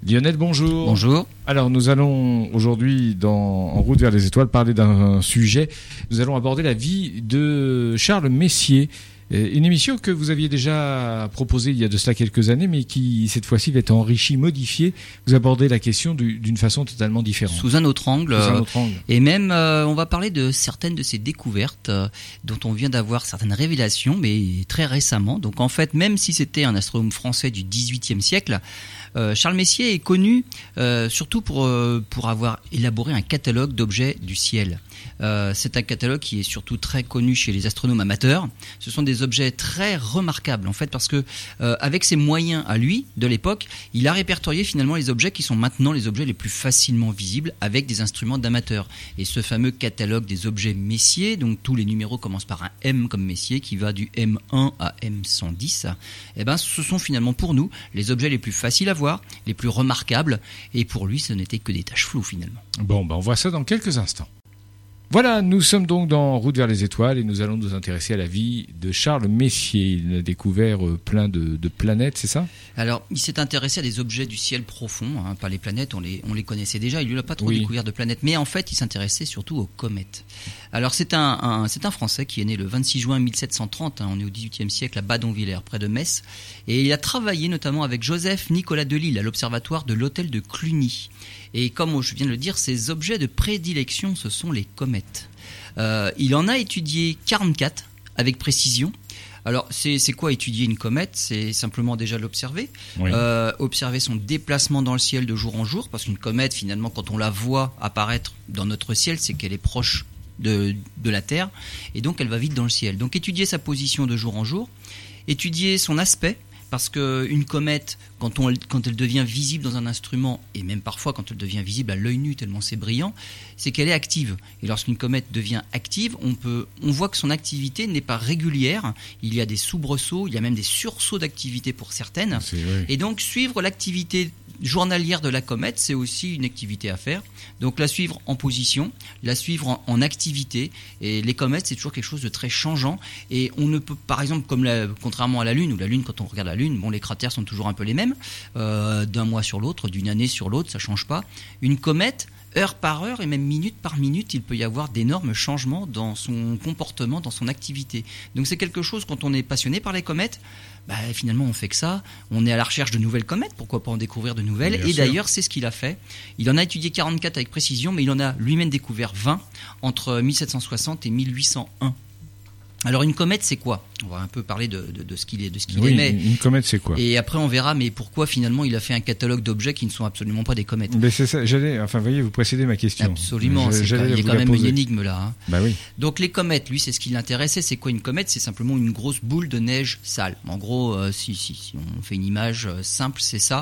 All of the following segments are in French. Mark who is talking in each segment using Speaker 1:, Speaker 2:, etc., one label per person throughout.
Speaker 1: Lionel, bonjour.
Speaker 2: Bonjour.
Speaker 1: Alors nous allons aujourd'hui En route vers les étoiles parler d'un sujet. Nous allons aborder la vie de Charles Messier. Une émission que vous aviez déjà proposée il y a de cela quelques années, mais qui cette fois-ci va être enrichie, modifiée. Vous abordez la question d'une façon totalement différente.
Speaker 2: Sous un autre angle. Et même, on va parler de certaines de ces découvertes dont on vient d'avoir certaines révélations, mais très récemment. Donc en fait, même si c'était un astronome français du XVIIIe siècle, Charles Messier est connu surtout pour avoir élaboré un catalogue d'objets du ciel. C'est un catalogue qui est surtout très connu chez les astronomes amateurs. Ce sont des objets très remarquables en fait parce que avec ses moyens à lui de l'époque, il a répertorié finalement les objets qui sont maintenant les objets les plus facilement visibles avec des instruments d'amateurs. Et ce fameux catalogue des objets Messier, donc tous les numéros commencent par un M comme Messier qui va du M1 à M110. Eh ben, ce sont finalement pour nous les objets les plus faciles à voir, les plus remarquables. Et pour lui, ce n'était que des taches floues finalement.
Speaker 1: Bon, on voit ça dans quelques instants. Voilà, nous sommes donc dans Route vers les étoiles et nous allons nous intéresser à la vie de Charles Messier. Il a découvert plein de planètes, c'est ça ?
Speaker 2: Alors, il s'est intéressé à des objets du ciel profond, pas les planètes, on les connaissait déjà, il n'a pas trop découvert de planètes, mais en fait, il s'intéressait surtout aux comètes. Alors, c'est un Français qui est né le 26 juin 1730, on est au XVIIIe siècle à Badonviller, près de Metz, et il a travaillé notamment avec Joseph Nicolas Delisle à l'observatoire de l'hôtel de Cluny. Et comme je viens de le dire, ses objets de prédilection, ce sont les comètes. Il en a étudié 44 avec précision. Alors, c'est quoi étudier une comète ? C'est simplement déjà l'observer, observer son déplacement dans le ciel de jour en jour, parce qu'une comète, finalement, quand on la voit apparaître dans notre ciel, c'est qu'elle est proche de la Terre, et donc elle va vite dans le ciel. Donc, étudier sa position de jour en jour, étudier son aspect, parce qu'une comète, quand elle devient visible dans un instrument, et même parfois quand elle devient visible à l'œil nu tellement c'est brillant, c'est qu'elle est active. Et lorsqu'une comète devient active, on voit que son activité n'est pas régulière. Il y a des soubresauts, il y a même des sursauts d'activité pour certaines. Et donc suivre l'activité journalière de la comète, c'est aussi une activité à faire. Donc la suivre en position, la suivre en activité. Et les comètes, c'est toujours quelque chose de très changeant. Et on ne peut, par exemple, contrairement à la Lune, où la Lune, quand on regarde la Lune, les cratères sont toujours un peu les mêmes, d'un mois sur l'autre, d'une année sur l'autre, ça ne change pas. Une comète, heure par heure et même minute par minute, il peut y avoir d'énormes changements dans son comportement, dans son activité. Donc c'est quelque chose, quand on est passionné par les comètes, finalement on fait que ça, on est à la recherche de nouvelles comètes, pourquoi pas en découvrir de nouvelles, et d'ailleurs c'est ce qu'il a fait. Il en a étudié 44 avec précision, mais il en a lui-même découvert 20 entre 1760 et 1801. Alors une comète c'est quoi ? On va un peu parler de ce qu'il aimait.
Speaker 1: Une comète c'est quoi ?
Speaker 2: Et après on verra mais pourquoi finalement il a fait un catalogue d'objets qui ne sont absolument pas des comètes.
Speaker 1: Mais c'est ça, vous précédez ma question.
Speaker 2: Absolument, il y a quand même une énigme là.
Speaker 1: Oui.
Speaker 2: Donc les comètes, lui c'est ce qui l'intéressait. C'est quoi une comète ? C'est simplement une grosse boule de neige sale. En gros, si on fait une image simple, c'est ça.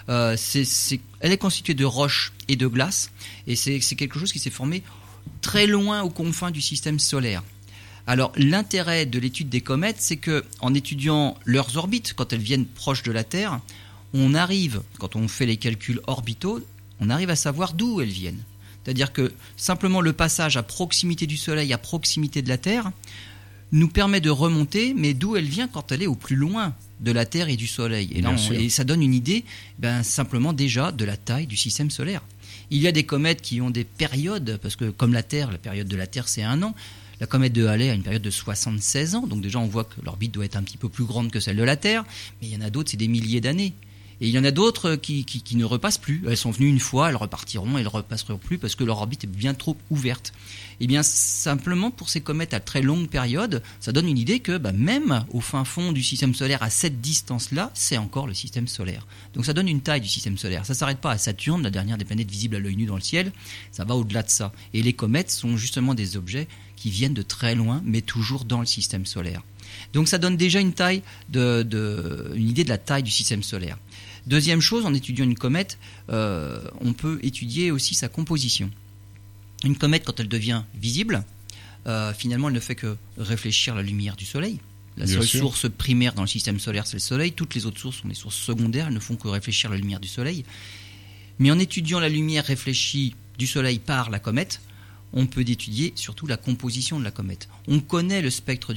Speaker 2: Elle est constituée de roches et de glace et c'est quelque chose qui s'est formé très loin aux confins du système solaire. Alors l'intérêt de l'étude des comètes, c'est que en étudiant leurs orbites, quand elles viennent proches de la Terre, on arrive, quand on fait les calculs orbitaux, on arrive à savoir d'où elles viennent. C'est-à-dire que simplement le passage à proximité du Soleil, à proximité de la Terre, nous permet de remonter, mais d'où elle vient quand elle est au plus loin de la Terre et du Soleil. Et là, ça donne une idée simplement déjà de la taille du système solaire. Il y a des comètes qui ont des périodes, parce que comme la Terre, la période de la Terre c'est 1 an. La comète de Halley a une période de 76 ans, donc déjà on voit que l'orbite doit être un petit peu plus grande que celle de la Terre, mais il y en a d'autres, c'est des milliers d'années. Et il y en a d'autres qui ne repassent plus. Elles sont venues une fois, elles repartiront, elles ne repasseront plus parce que leur orbite est bien trop ouverte. Et bien simplement pour ces comètes à très longue période, ça donne une idée que même au fin fond du système solaire, à cette distance-là, c'est encore le système solaire. Donc ça donne une taille du système solaire. Ça ne s'arrête pas à Saturne, la dernière des planètes visibles à l'œil nu dans le ciel, ça va au-delà de ça. Et les comètes sont justement des objets qui viennent de très loin, mais toujours dans le système solaire. Donc ça donne déjà une taille une idée de la taille du système solaire. Deuxième chose, en étudiant une comète, on peut étudier aussi sa composition. Une comète, quand elle devient visible, finalement, elle ne fait que réfléchir la lumière du Soleil. La seule source primaire dans le système solaire, c'est le Soleil. Toutes les autres sources sont des sources secondaires, elles ne font que réfléchir la lumière du Soleil. Mais en étudiant la lumière réfléchie du Soleil par la comète, on peut étudier surtout la composition de la comète. On connaît le spectre du Soleil, on connaît la signature des composés du Soleil. Par-dessus, il y a des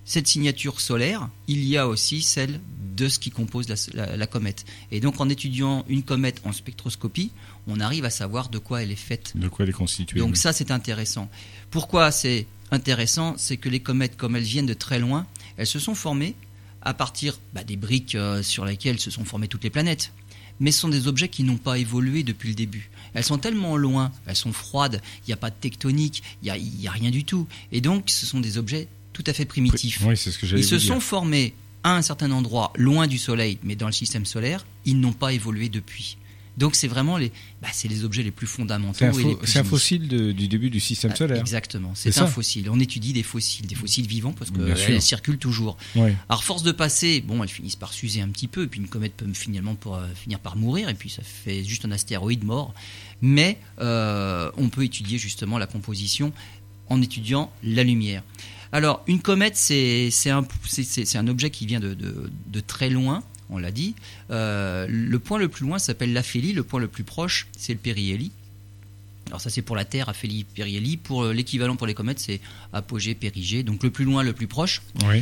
Speaker 2: cette signature solaire, il y a aussi celle de ce qui compose la comète. Et donc en étudiant une comète en spectroscopie, on arrive à savoir de quoi elle est faite.
Speaker 1: De quoi elle est constituée.
Speaker 2: Donc ça, c'est intéressant. Pourquoi c'est intéressant ? C'est que les comètes, comme elles viennent de très loin, elles se sont formées à partir des briques sur lesquelles se sont formées toutes les planètes. Mais ce sont des objets qui n'ont pas évolué depuis le début. Elles sont tellement loin, elles sont froides, il n'y a pas de tectonique, il n'y a rien du tout. Et donc, ce sont des objets tout à fait primitifs.
Speaker 1: Oui, c'est ce que j'allais
Speaker 2: Ils se sont formés à un certain endroit, loin du Soleil, mais dans le système solaire, ils n'ont pas évolué depuis. Donc c'est vraiment c'est les objets les plus fondamentaux.
Speaker 1: C'est un fossile du début du système solaire.
Speaker 2: Exactement, c'est un fossile. On étudie des fossiles vivants parce qu'elles circulent toujours.
Speaker 1: Oui.
Speaker 2: Alors force de passer, elles finissent par s'user un petit peu, et puis une comète peut finir par mourir, et puis ça fait juste un astéroïde mort. Mais on peut étudier justement la composition en étudiant la lumière. Alors une comète, c'est un objet qui vient de très loin. On l'a dit. Le point le plus loin s'appelle l'aphélie. Le point le plus proche, c'est le périhélie. Alors ça, c'est pour la Terre, aphélie, périhélie. Pour l'équivalent pour les comètes, c'est apogée, périgée. Donc le plus loin, le plus proche.
Speaker 1: Oui.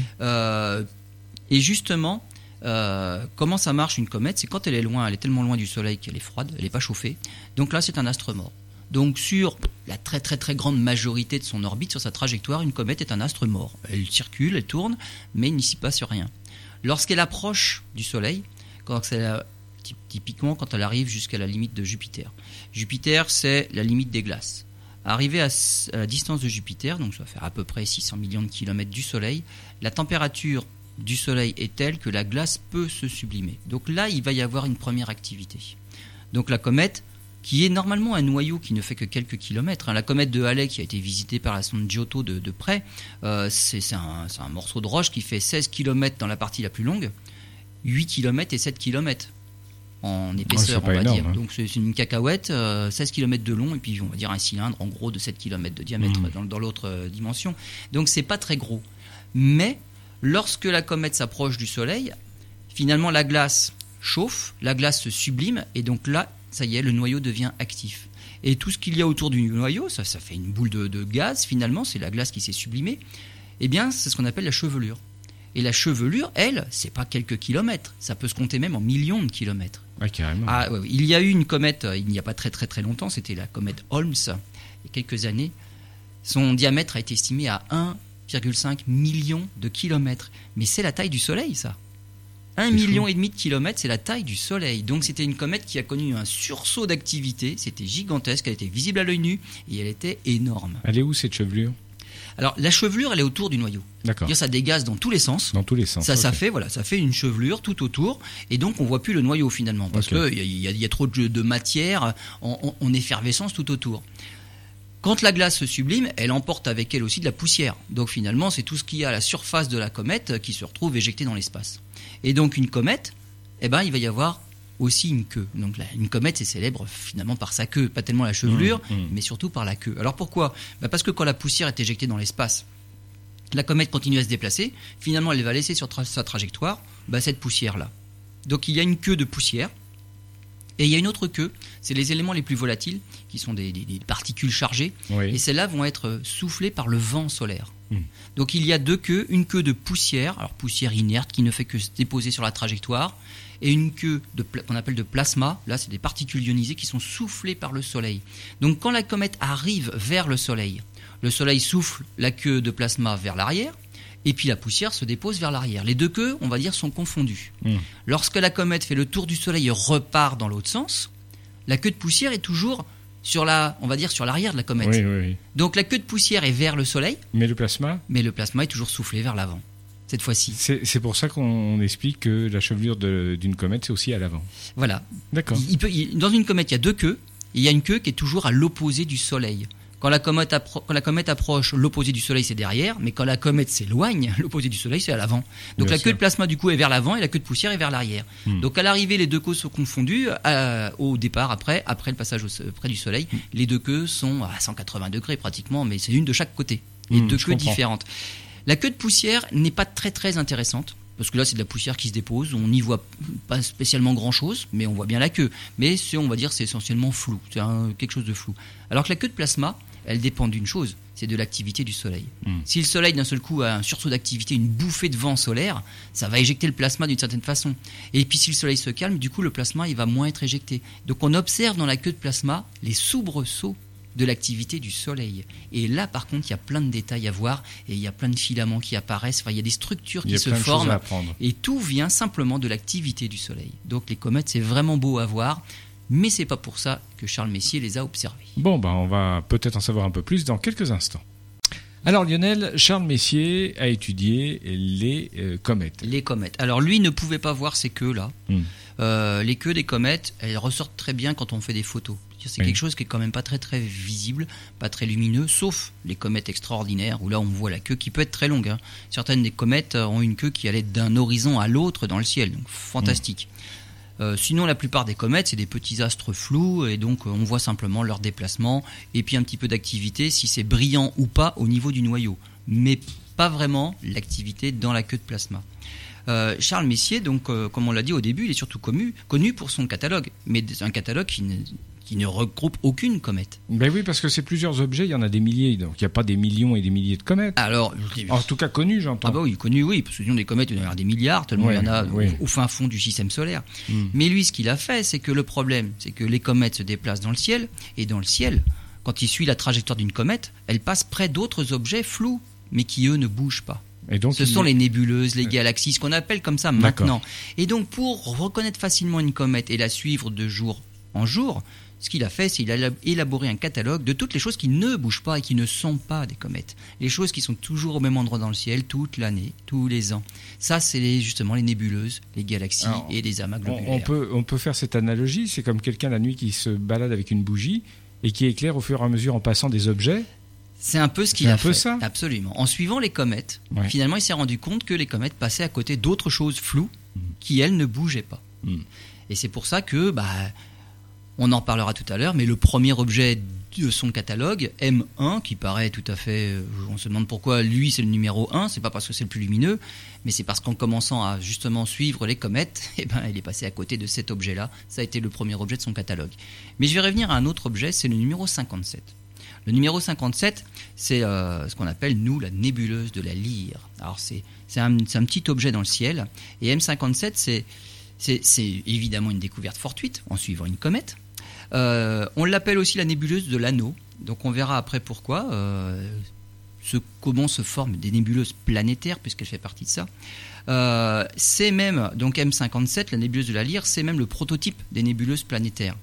Speaker 2: Et justement, comment ça marche une comète ? C'est quand elle est loin, elle est tellement loin du Soleil qu'elle est froide, elle n'est pas chauffée. Donc là, c'est un astre mort. Donc sur la très très très grande majorité de son orbite, sur sa trajectoire, une comète est un astre mort. Elle circule, elle tourne, mais il n'y s'y passe rien. Lorsqu'elle approche du Soleil, typiquement quand elle arrive jusqu'à la limite de Jupiter. Jupiter, c'est la limite des glaces. Arrivé à la distance de Jupiter, donc ça va faire à peu près 600 millions de kilomètres du Soleil, la température du Soleil est telle que la glace peut se sublimer. Donc là, il va y avoir une première activité. Donc la comète, qui est normalement un noyau qui ne fait que quelques kilomètres. La comète de Halley, qui a été visitée par la sonde Giotto de près, c'est un morceau de roche qui fait 16 km dans la partie la plus longue, 8 km et 7 km en épaisseur, on va
Speaker 1: énorme,
Speaker 2: dire.
Speaker 1: Hein.
Speaker 2: Donc c'est une cacahuète, 16 km de long, et puis on va dire un cylindre en gros de 7 km de diamètre dans l'autre dimension. Donc c'est pas très gros. Mais lorsque la comète s'approche du Soleil, finalement la glace chauffe, la glace se sublime, et donc là, ça y est, le noyau devient actif. Et tout ce qu'il y a autour du noyau, ça fait une boule de gaz, finalement, c'est la glace qui s'est sublimée, eh bien, c'est ce qu'on appelle la chevelure. Et la chevelure, elle, c'est pas quelques kilomètres, ça peut se compter même en millions de kilomètres.
Speaker 1: Ah, carrément.
Speaker 2: Ouais. Il y a eu une comète, il n'y a pas très très très longtemps, c'était la comète Holmes, il y a quelques années. Son diamètre a été estimé à 1,5 million de kilomètres. Mais c'est la taille du Soleil, ça. 1,5 million de kilomètres, c'est la taille du Soleil. Donc c'était une comète qui a connu un sursaut d'activité. C'était gigantesque, elle était visible à l'œil nu et elle était énorme.
Speaker 1: Elle est où cette chevelure ?
Speaker 2: Alors la chevelure, elle est autour du noyau.
Speaker 1: D'accord.
Speaker 2: C'est-à-dire ça dégaze dans tous les sens.
Speaker 1: Dans tous les sens.
Speaker 2: Ça fait une chevelure tout autour, et donc on voit plus le noyau finalement parce que il y a trop de matière en effervescence tout autour. Quand la glace se sublime, elle emporte avec elle aussi de la poussière. Donc finalement, c'est tout ce qu'il y a à la surface de la comète qui se retrouve éjecté dans l'espace. Et donc une comète, il va y avoir aussi une queue. Donc une comète, c'est célèbre finalement par sa queue, pas tellement la chevelure, mais surtout par la queue. Alors pourquoi ? Parce que quand la poussière est éjectée dans l'espace, la comète continue à se déplacer, finalement elle va laisser sur sa trajectoire cette poussière-là. Donc il y a une queue de poussière, et il y a une autre queue, c'est les éléments les plus volatiles, qui sont des particules chargées, et celles-là vont être soufflées par le vent solaire. Donc il y a deux queues, une queue de poussière, alors poussière inerte qui ne fait que se déposer sur la trajectoire, et une queue qu'on appelle de plasma, là c'est des particules ionisées qui sont soufflées par le Soleil. Donc quand la comète arrive vers le Soleil souffle la queue de plasma vers l'arrière, et puis la poussière se dépose vers l'arrière. Les deux queues, on va dire, sont confondues. Lorsque la comète fait le tour du Soleil et repart dans l'autre sens, la queue de poussière est toujours sur l'arrière de la comète.
Speaker 1: Oui.
Speaker 2: Donc la queue de poussière est vers le Soleil.
Speaker 1: Mais le plasma
Speaker 2: est toujours soufflé vers l'avant, cette fois-ci.
Speaker 1: C'est pour ça qu'on explique que la chevelure d'une comète, c'est aussi à l'avant.
Speaker 2: Voilà.
Speaker 1: D'accord.
Speaker 2: Dans une comète, il y a deux queues, et il y a une queue qui est toujours à l'opposé du Soleil. Quand la comète approche, l'opposé du Soleil, c'est derrière, mais quand la comète s'éloigne, l'opposé du Soleil, c'est à l'avant. Donc Bien sûr. Queue de plasma, du coup, est vers l'avant, et la queue de poussière est vers l'arrière. Donc à l'arrivée, les deux queues sont confondues. Au départ, après le passage près du Soleil, les deux queues sont à 180 degrés pratiquement, mais c'est une de chaque côté. Les deux queues différentes. La queue de poussière n'est pas très très intéressante, parce que là, c'est de la poussière qui se dépose. On n'y voit pas spécialement grand-chose, mais on voit bien la queue. Mais on va dire, c'est essentiellement flou. C'est quelque chose de flou. Alors que la queue de plasma, elles dépendent d'une chose, c'est de l'activité du Soleil. Si le Soleil d'un seul coup a un sursaut d'activité, une bouffée de vent solaire, ça va éjecter le plasma d'une certaine façon. Et puis si le Soleil se calme, du coup le plasma il va moins être éjecté. Donc on observe dans la queue de plasma les soubresauts de l'activité du Soleil. Et là par contre il y a plein de détails à voir et il y a plein de filaments qui apparaissent, enfin, il y a des structures qui se forment et tout vient simplement de l'activité du Soleil. Donc les comètes c'est vraiment beau à voir. Mais c'est pas pour ça que Charles Messier les a observés.
Speaker 1: Bon, on va peut-être en savoir un peu plus dans quelques instants. Alors Lionel, Charles Messier a étudié les comètes.
Speaker 2: Les comètes. Alors lui ne pouvait pas voir ces queues-là. Les queues des comètes, elles ressortent très bien quand on fait des photos. C'est quelque chose qui est quand même pas très très visible, pas très lumineux, sauf les comètes extraordinaires où là on voit la queue qui peut être très longue. Certaines des comètes ont une queue qui allait d'un horizon à l'autre dans le ciel, donc fantastique. Sinon, la plupart des comètes, c'est des petits astres flous et donc on voit simplement leur déplacement et puis un petit peu d'activité, si c'est brillant ou pas au niveau du noyau, mais pas vraiment l'activité dans la queue de plasma. Charles Messier, donc, comme on l'a dit au début, il est surtout connu pour son catalogue, mais un catalogue qui ne regroupe aucune comète.
Speaker 1: Ben oui, parce que c'est plusieurs objets, il y en a des milliers, donc il n'y a pas des millions et des milliers de comètes.
Speaker 2: Alors,
Speaker 1: en tout cas connus, j'entends.
Speaker 2: Ah bah oui, connus, oui, parce que sinon des comètes, il y en a des milliards, tellement il y en a au fin fond du système solaire. Mais lui, ce qu'il a fait, c'est que le problème, c'est que les comètes se déplacent dans le ciel, et dans le ciel, quand il suit la trajectoire d'une comète, elle passe près d'autres objets flous, mais qui eux ne bougent pas. Et donc, ce sont les nébuleuses, les galaxies, ce qu'on appelle comme ça maintenant. Et donc pour reconnaître facilement une comète et la suivre de jour en jour, ce qu'il a fait, c'est qu'il a élaboré un catalogue de toutes les choses qui ne bougent pas et qui ne sont pas des comètes. Les choses qui sont toujours au même endroit dans le ciel toute l'année, tous les ans. Ça, c'est justement les nébuleuses, les galaxies et les amas globulaires.
Speaker 1: On peut faire cette analogie, c'est comme quelqu'un la nuit qui se balade avec une bougie et qui éclaire au fur et à mesure en passant des objets.
Speaker 2: C'est un peu ce qu'il a fait.
Speaker 1: Ça.
Speaker 2: Absolument. En suivant les comètes, finalement, il s'est rendu compte que les comètes passaient à côté d'autres choses floues qui, elles, ne bougeaient pas. Et c'est pour ça que, on en parlera tout à l'heure, mais le premier objet de son catalogue, M1, qui paraît tout à fait... on se demande pourquoi lui, c'est le numéro 1. C'est pas parce que c'est le plus lumineux, mais c'est parce qu'en commençant à justement suivre les comètes, il est passé à côté de cet objet-là. Ça a été le premier objet de son catalogue. Mais je vais revenir à un autre objet, c'est le numéro 57. Le numéro 57, c'est ce qu'on appelle, nous, la nébuleuse de la Lyre. Alors, c'est un petit objet dans le ciel. Et M57, c'est évidemment une découverte fortuite en suivant une comète. On l'appelle aussi la nébuleuse de l'anneau. Donc, on verra après pourquoi. Comment se forment des nébuleuses planétaires, puisqu'elle fait partie de ça. C'est même, donc M57, la nébuleuse de la Lyre, c'est même le prototype des nébuleuses planétaires.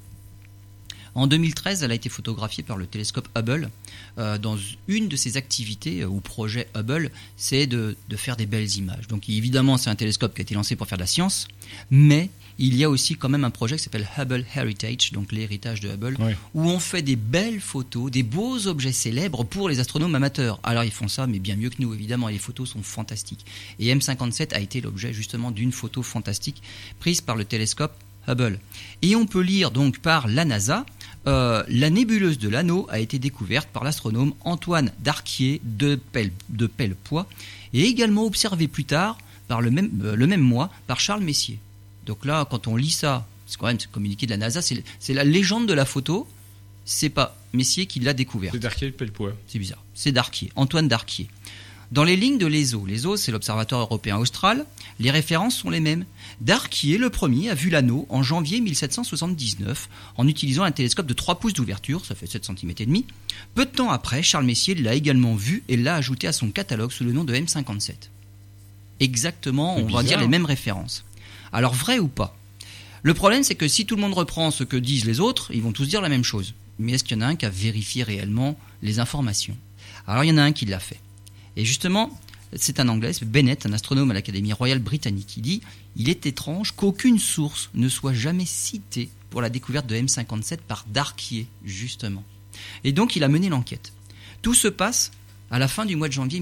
Speaker 2: En 2013, elle a été photographiée par le télescope Hubble. Dans une de ses activités ou projet Hubble, c'est de faire des belles images. Donc évidemment, c'est un télescope qui a été lancé pour faire de la science, mais il y a aussi quand même un projet qui s'appelle Hubble Heritage, donc l'héritage de Hubble, où on fait des belles photos, des beaux objets célèbres pour les astronomes amateurs. Alors ils font ça, mais bien mieux que nous, évidemment, les photos sont fantastiques. Et M57 a été l'objet justement d'une photo fantastique prise par le télescope Hubble. Et on peut lire donc par la NASA, la nébuleuse de l'anneau a été découverte par l'astronome Antoine Darquier de Pellepoix et également observée plus tard, par le même mois, par Charles Messier. Donc là, quand on lit ça, c'est quand même ce communiqué de la NASA, c'est la légende de la photo, c'est pas Messier qui l'a découverte.
Speaker 1: C'est Darquier de Pellepoix.
Speaker 2: C'est bizarre, c'est Darquier, Antoine Darquier. Dans les lignes de l'ESO, c'est l'Observatoire européen austral, les références sont les mêmes. Darquier, le premier, a vu l'anneau en janvier 1779 en utilisant un télescope de 3 pouces d'ouverture, ça fait 7 cm et demi. Peu de temps après, Charles Messier l'a également vu et l'a ajouté à son catalogue sous le nom de M57. Exactement, on va dire les mêmes références. Alors vrai ou pas ? Le problème, c'est que si tout le monde reprend ce que disent les autres, ils vont tous dire la même chose. Mais est-ce qu'il y en a un qui a vérifié réellement les informations ? Alors il y en a un qui l'a fait. Et justement, c'est un Anglais, c'est Bennett, un astronome à l'Académie royale britannique, qui dit « Il est étrange qu'aucune source ne soit jamais citée pour la découverte de M57 par Darquier, justement. » Et donc, il a mené l'enquête. Tout se passe à la fin du mois de janvier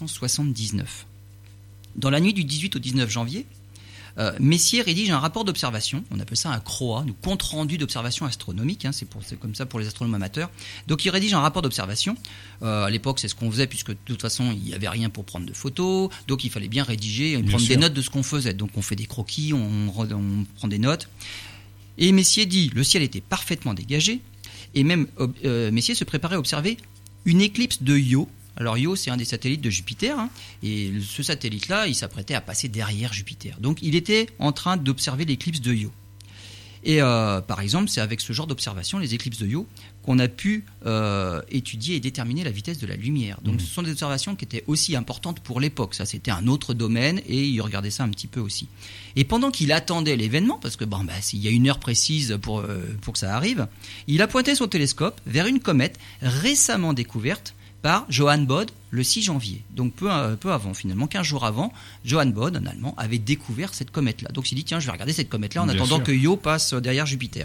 Speaker 2: 1779. Dans la nuit du 18 au 19 janvier, Messier rédige un rapport d'observation, on appelle ça un CROA, un compte rendu d'observation astronomique, c'est comme ça pour les astronomes amateurs. Donc il rédige un rapport d'observation, à l'époque c'est ce qu'on faisait puisque de toute façon il n'y avait rien pour prendre de photos, donc il fallait bien rédiger et prendre des notes de ce qu'on faisait. Donc on fait des croquis, on prend des notes. Et Messier dit, le ciel était parfaitement dégagé, et même Messier se préparait à observer une éclipse de Io. Alors Io, c'est un des satellites de Jupiter, hein, et ce satellite-là, il s'apprêtait à passer derrière Jupiter. Donc il était en train d'observer l'éclipse de Io. Et par exemple, c'est avec ce genre d'observation, les éclipses de Io, qu'on a pu étudier et déterminer la vitesse de la lumière. Donc ce sont des observations qui étaient aussi importantes pour l'époque. Ça, c'était un autre domaine et il regardait ça un petit peu aussi. Et pendant qu'il attendait l'événement, parce que s'il y a une heure précise pour que ça arrive, il a pointé son télescope vers une comète récemment découverte par Johann Bode le 6 janvier. Donc peu avant, finalement, 15 jours avant, Johann Bode, un Allemand, avait découvert cette comète-là. Donc il s'est dit, tiens, je vais regarder cette comète-là en attendant que Io passe derrière Jupiter.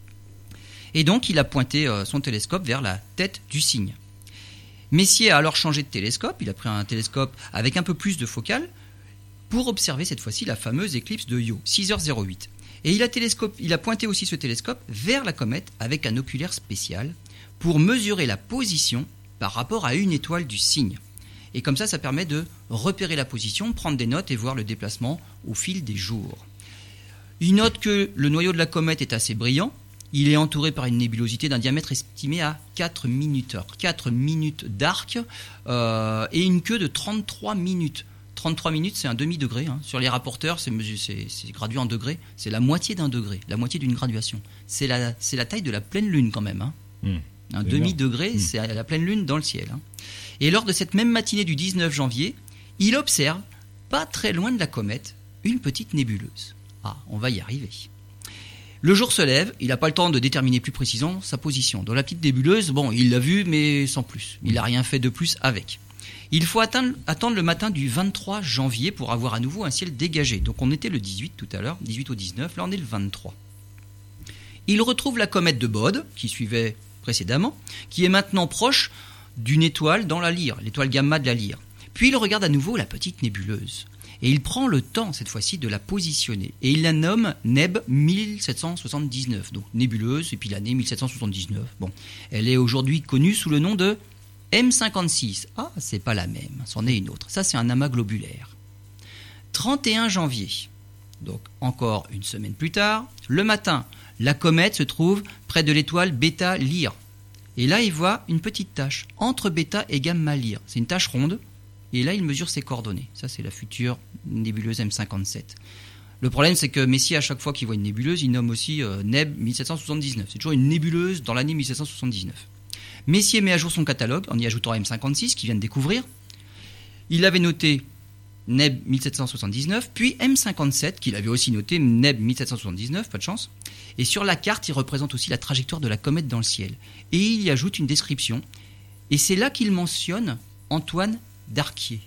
Speaker 2: Et donc il a pointé son télescope vers la tête du cygne. Messier a alors changé de télescope, il a pris un télescope avec un peu plus de focale pour observer cette fois-ci la fameuse éclipse de Io, 6h08. Et il a pointé aussi ce télescope vers la comète avec un oculaire spécial pour mesurer la position par rapport à une étoile du cygne. Et comme ça permet de repérer la position, prendre des notes et voir le déplacement au fil des jours. Il note que le noyau de la comète est assez brillant. Il est entouré par une nébulosité d'un diamètre estimé à 4 minutes. Alors, 4 minutes d'arc et une queue de 33 minutes. 33 minutes, c'est un demi-degré. Hein. Sur les rapporteurs, c'est gradué en degrés. C'est la moitié d'un degré, la moitié d'une graduation. C'est la taille de la pleine lune quand même. Hein. Un demi-degré, c'est la pleine lune dans le ciel. Hein. Et lors de cette même matinée du 19 janvier, il observe, pas très loin de la comète, une petite nébuleuse. Ah, on va y arriver. Le jour se lève, il n'a pas le temps de déterminer plus précisément sa position. Dans la petite nébuleuse, il l'a vue, mais sans plus. Il n'a rien fait de plus avec. Il faut attendre le matin du 23 janvier pour avoir à nouveau un ciel dégagé. Donc on était le 18 tout à l'heure, 18 au 19, là on est le 23. Il retrouve la comète de Bode, qui suivait précédemment, qui est maintenant proche d'une étoile dans la Lyre, l'étoile Gamma de la Lyre. Puis il regarde à nouveau la petite nébuleuse. Et il prend le temps, cette fois-ci, de la positionner. Et il la nomme Neb 1779. Donc nébuleuse, et puis l'année 1779. Bon, elle est aujourd'hui connue sous le nom de M56. Ah, c'est pas la même, c'en est une autre. Ça, c'est un amas globulaire. 31 janvier. Donc encore une semaine plus tard, le matin, la comète se trouve près de l'étoile Beta Lyre. Et là, il voit une petite tache entre Beta et Gamma Lyre. C'est une tache ronde. Et là, il mesure ses coordonnées. Ça, c'est la future nébuleuse M57. Le problème, c'est que Messier, à chaque fois qu'il voit une nébuleuse, il nomme aussi Neb 1779. C'est toujours une nébuleuse dans l'année 1779. Messier met à jour son catalogue en y ajoutant M56, qu'il vient de découvrir. Il avait noté Neb 1779, puis M57, qu'il avait aussi noté Neb 1779, pas de chance. Et sur la carte, il représente aussi la trajectoire de la comète dans le ciel. Et il y ajoute une description. Et c'est là qu'il mentionne Antoine Darquier.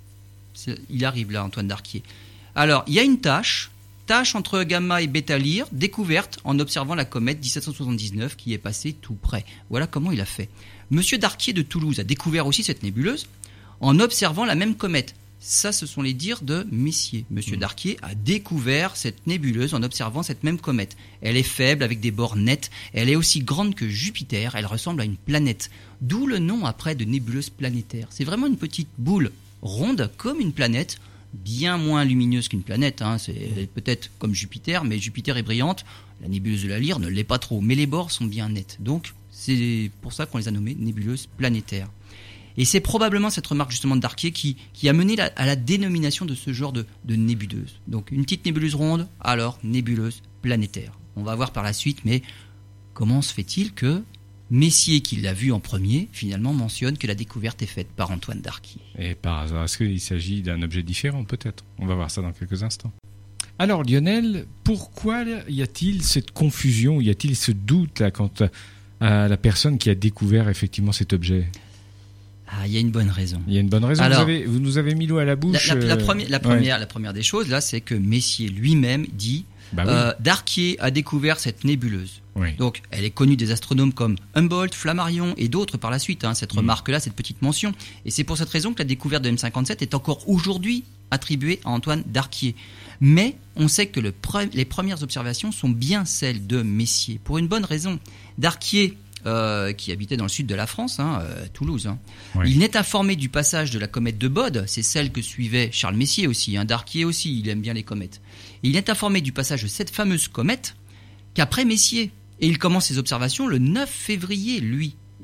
Speaker 2: Il arrive là, Antoine Darquier. Alors, il y a une tache entre Gamma et Beta Lyre, découverte en observant la comète 1779 qui est passée tout près. Voilà comment il a fait. Monsieur Darquier de Toulouse a découvert aussi cette nébuleuse en observant la même comète. Ça, ce sont les dires de Messier. Monsieur Darquier a découvert cette nébuleuse en observant cette même comète. Elle est faible, avec des bords nets. Elle est aussi grande que Jupiter. Elle ressemble à une planète. D'où le nom après de nébuleuse planétaire. C'est vraiment une petite boule ronde comme une planète, bien moins lumineuse qu'une planète. Hein. C'est peut-être comme Jupiter, mais Jupiter est brillante. La nébuleuse de la Lyre ne l'est pas trop, mais les bords sont bien nets. Donc, c'est pour ça qu'on les a nommées nébuleuses planétaires. Et c'est probablement cette remarque justement de Darquier qui a mené à la dénomination de ce genre de nébuleuse. Donc une petite nébuleuse ronde, alors nébuleuse planétaire. On va voir par la suite, mais comment se fait-il que Messier, qui l'a vu en premier, finalement mentionne que la découverte est faite par Antoine Darquier?
Speaker 1: Et par hasard, est-ce qu'il s'agit d'un objet différent peut-être? On va voir ça dans quelques instants. Alors Lionel, pourquoi y a-t-il cette confusion, y a-t-il ce doute là quant à la personne qui a découvert effectivement cet objet?
Speaker 2: Ah, il y a une bonne raison.
Speaker 1: Il y a une bonne raison. Alors, vous nous avez mis l'eau à la bouche.
Speaker 2: La première des choses, là, c'est que Messier lui-même dit Darquier a découvert cette nébuleuse. Oui. Donc, elle est connue des astronomes comme Humboldt, Flammarion et d'autres par la suite, hein, cette remarque-là, cette petite mention. Et c'est pour cette raison que la découverte de M57 est encore aujourd'hui attribuée à Antoine Darquier. Mais on sait que les premières observations sont bien celles de Messier, pour une bonne raison. Darquier, qui habitait dans le sud de la France, Toulouse. Oui. Il n'est informé du passage de la comète de Bode, c'est celle que suivait Charles Messier aussi, Darquier aussi, il aime bien les comètes. Et il n'est informé du passage de cette fameuse comète qu'après Messier. Et il commence ses observations le 9 février, lui.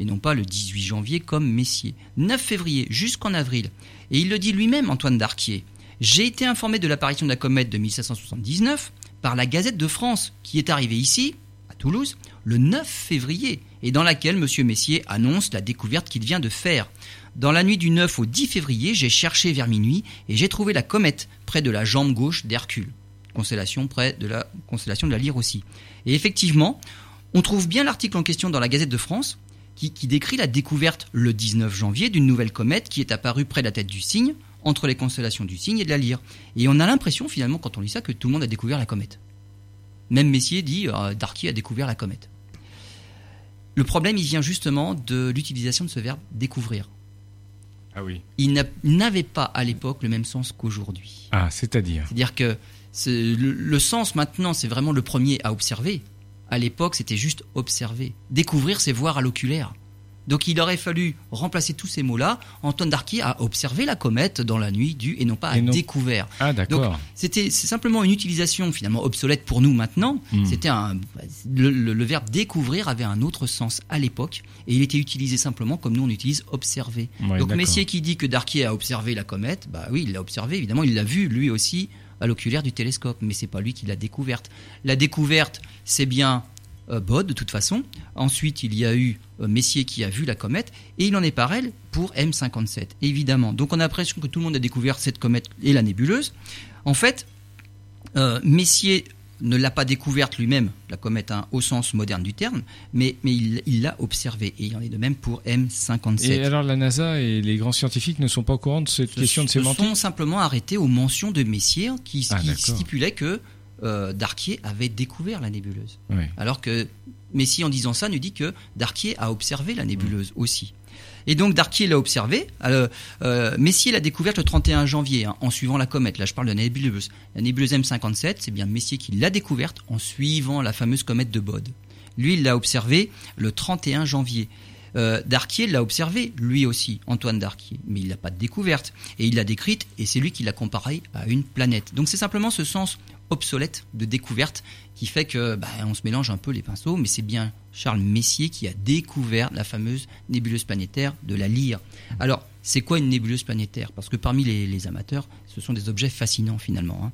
Speaker 2: et non pas le 18 janvier comme Messier. 9 février jusqu'en avril. Et il le dit lui-même, Antoine Darquier. J'ai été informé de l'apparition de la comète de 1779 par la Gazette de France, qui est arrivée ici, à Toulouse, le 9 février, et dans laquelle M. Messier annonce la découverte qu'il vient de faire. Dans la nuit du 9 au 10 février, j'ai cherché vers minuit et j'ai trouvé la comète près de la jambe gauche d'Hercule, constellation près de la constellation de la Lyre aussi. Et effectivement, on trouve bien l'article en question dans la Gazette de France qui décrit la découverte le 19 janvier d'une nouvelle comète qui est apparue près de la tête du Cygne, entre les constellations du Cygne et de la Lyre. Et on a l'impression finalement quand on lit ça que tout le monde a découvert la comète. Même Messier dit Darquier a découvert la comète. Le problème, il vient justement de l'utilisation de ce verbe découvrir.
Speaker 1: Ah oui.
Speaker 2: Il n'avait pas à l'époque le même sens qu'aujourd'hui.
Speaker 1: Ah, c'est-à-dire
Speaker 2: que le sens maintenant, c'est vraiment le premier à observer. À l'époque, c'était juste observer. Découvrir, c'est voir à l'oculaire. Donc il aurait fallu remplacer tous ces mots-là. Antoine Darquier a observé la comète dans la nuit et non pas découvert.
Speaker 1: Ah d'accord.
Speaker 2: Donc c'est simplement une utilisation finalement obsolète pour nous maintenant. C'était le verbe découvrir avait un autre sens à l'époque et il était utilisé simplement comme nous on utilise observer.
Speaker 1: Ouais,
Speaker 2: donc
Speaker 1: d'accord.
Speaker 2: Messier qui dit que Darquier a observé la comète, bah oui il l'a observé évidemment, il l'a vu lui aussi à l'oculaire du télescope, mais c'est pas lui qui l'a découverte. La découverte c'est bien Bode de toute façon. Ensuite, il y a eu Messier qui a vu la comète et il en est pareil pour M57, évidemment. Donc on a l'impression que tout le monde a découvert cette comète et la nébuleuse. En fait, Messier ne l'a pas découverte lui-même, la comète au sens moderne du terme, mais il l'a observée et il en est de même pour M57.
Speaker 1: Et alors la NASA et les grands scientifiques ne sont pas au courant de cette question de sémantique ?
Speaker 2: Ils sont simplement arrêtés aux mentions de Messier qui
Speaker 1: d'accord.
Speaker 2: stipulait que Darquier avait découvert la nébuleuse.
Speaker 1: Oui.
Speaker 2: Alors que Messier, en disant ça, nous dit que Darquier a observé la nébuleuse aussi. Et donc Darquier l'a observé. Messier l'a découverte le 31 janvier, en suivant la comète. Là, je parle de la nébuleuse. La nébuleuse M57, c'est bien Messier qui l'a découverte en suivant la fameuse comète de Bode. Lui, il l'a observée le 31 janvier. Darquier l'a observé, lui aussi, Antoine Darquier, mais il l'a pas découverte. Et il l'a décrite, et c'est lui qui l'a comparée à une planète. Donc c'est simplement ce sens obsolète de découverte qui fait que on se mélange un peu les pinceaux, mais c'est bien Charles Messier qui a découvert la fameuse nébuleuse planétaire de la Lyre. Alors, c'est quoi une nébuleuse planétaire ? Parce que parmi les amateurs, ce sont des objets fascinants finalement.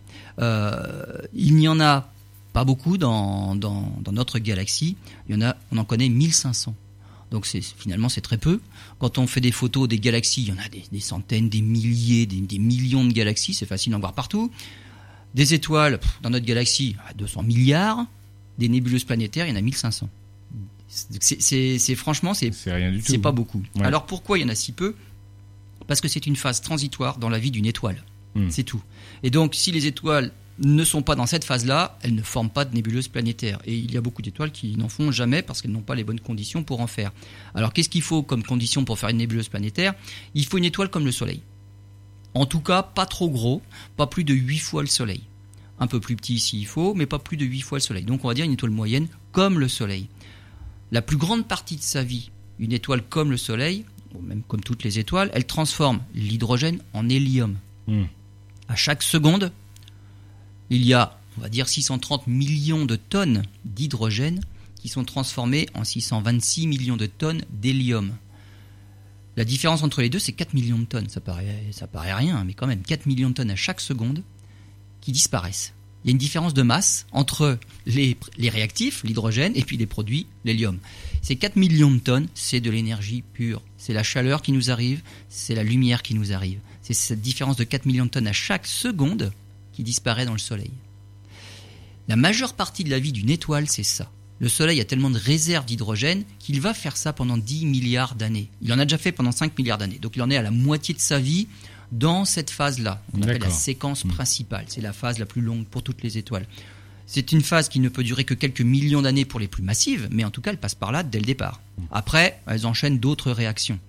Speaker 2: Il n'y en a pas beaucoup dans notre galaxie. On en connaît 1500. Donc finalement c'est très peu. Quand on fait des photos des galaxies, il y en a des centaines, des milliers, des millions de galaxies, c'est facile d'en voir partout. Des étoiles, dans notre galaxie, 200 milliards. Des nébuleuses planétaires, il y en a 1500. Franchement, c'est
Speaker 1: rien du tout.
Speaker 2: C'est pas beaucoup.
Speaker 1: Ouais.
Speaker 2: Alors pourquoi il y en a si peu ? Parce que c'est une phase transitoire dans la vie d'une étoile. C'est tout. Et donc si les étoiles ne sont pas dans cette phase-là, elles ne forment pas de nébuleuses planétaires. Et il y a beaucoup d'étoiles qui n'en font jamais parce qu'elles n'ont pas les bonnes conditions pour en faire. Alors qu'est-ce qu'il faut comme condition pour faire une nébuleuse planétaire ? Il faut une étoile comme le Soleil. En tout cas, pas trop gros, pas plus de 8 fois le Soleil. Un peu plus petit s'il faut, mais pas plus de 8 fois le Soleil. Donc on va dire une étoile moyenne comme le Soleil. La plus grande partie de sa vie, une étoile comme le Soleil, ou même comme toutes les étoiles, elle transforme l'hydrogène en hélium. À chaque seconde, il y a, on va dire, 630 millions de tonnes d'hydrogène qui sont transformées en 626 millions de tonnes d'hélium. La différence entre les deux, c'est 4 millions de tonnes. Ça paraît rien, mais quand même, 4 millions de tonnes à chaque seconde qui disparaissent. Il y a une différence de masse entre les réactifs, l'hydrogène, et puis les produits, l'hélium. Ces 4 millions de tonnes, c'est de l'énergie pure. C'est la chaleur qui nous arrive, c'est la lumière qui nous arrive. C'est cette différence de 4 millions de tonnes à chaque seconde qui disparaît dans le Soleil. La majeure partie de la vie d'une étoile, c'est ça. Le Soleil a tellement de réserves d'hydrogène qu'il va faire ça pendant 10 milliards d'années. Il en a déjà fait pendant 5 milliards d'années. Donc il en est à la moitié de sa vie dans cette phase-là. On appelle la séquence principale. C'est la phase la plus longue pour toutes les étoiles. C'est une phase qui ne peut durer que quelques millions d'années pour les plus massives, mais en tout cas, elle passe par là dès le départ. Après, elles enchaînent d'autres réactions.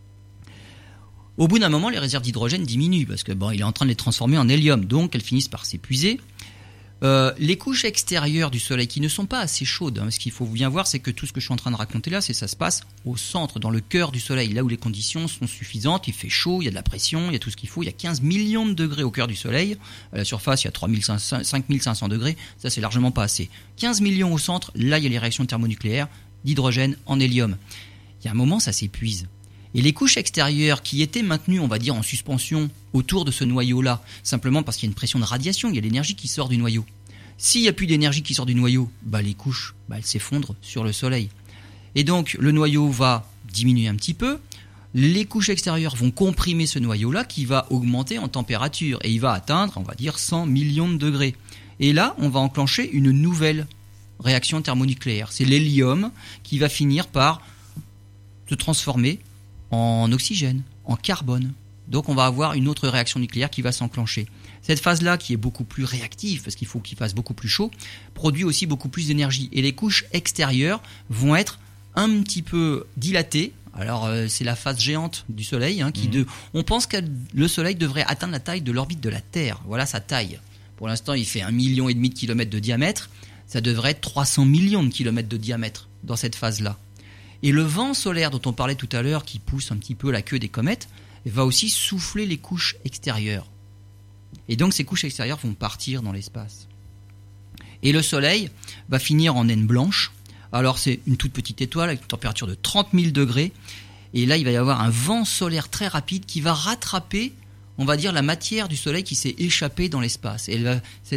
Speaker 2: Au bout d'un moment, les réserves d'hydrogène diminuent parce que il est en train de les transformer en hélium, donc elles finissent par s'épuiser. Les couches extérieures du Soleil qui ne sont pas assez chaudes, ce qu'il faut bien voir, c'est que tout ce que je suis en train de raconter là, ça se passe au centre, dans le cœur du Soleil, là où les conditions sont suffisantes, il fait chaud, il y a de la pression, il y a tout ce qu'il faut, il y a 15 millions de degrés au cœur du Soleil, à la surface il y a 5500 degrés, ça c'est largement pas assez. 15 millions au centre, là il y a les réactions thermonucléaires d'hydrogène en hélium. il y a un moment, ça s'épuise. Et les couches extérieures qui étaient maintenues, on va dire, en suspension autour de ce noyau-là, simplement parce qu'il y a une pression de radiation, il y a l'énergie qui sort du noyau. S'il n'y a plus d'énergie qui sort du noyau, les couches, elles s'effondrent sur le soleil. Et donc, le noyau va diminuer un petit peu. Les couches extérieures vont comprimer ce noyau-là qui va augmenter en température. Et il va atteindre, on va dire, 100 millions de degrés. Et là, on va enclencher une nouvelle réaction thermonucléaire. C'est l'hélium qui va finir par se transformer en oxygène, en carbone. Donc on va avoir une autre réaction nucléaire qui va s'enclencher. Cette phase-là, qui est beaucoup plus réactive, parce qu'il faut qu'il fasse beaucoup plus chaud, produit aussi beaucoup plus d'énergie. Et les couches extérieures vont être un petit peu dilatées. Alors c'est la phase géante du Soleil. On pense que le Soleil devrait atteindre la taille de l'orbite de la Terre. Voilà sa taille. Pour l'instant, il fait 1,5 million de kilomètres de diamètre. Ça devrait être 300 millions de kilomètres de diamètre dans cette phase-là. Et le vent solaire dont on parlait tout à l'heure, qui pousse un petit peu la queue des comètes, va aussi souffler les couches extérieures. Et donc ces couches extérieures vont partir dans l'espace. Et le Soleil va finir en naine blanche. Alors c'est une toute petite étoile avec une température de 30 000 degrés. Et là, il va y avoir un vent solaire très rapide qui va rattraper, on va dire, la matière du Soleil qui s'est échappée dans l'espace. Et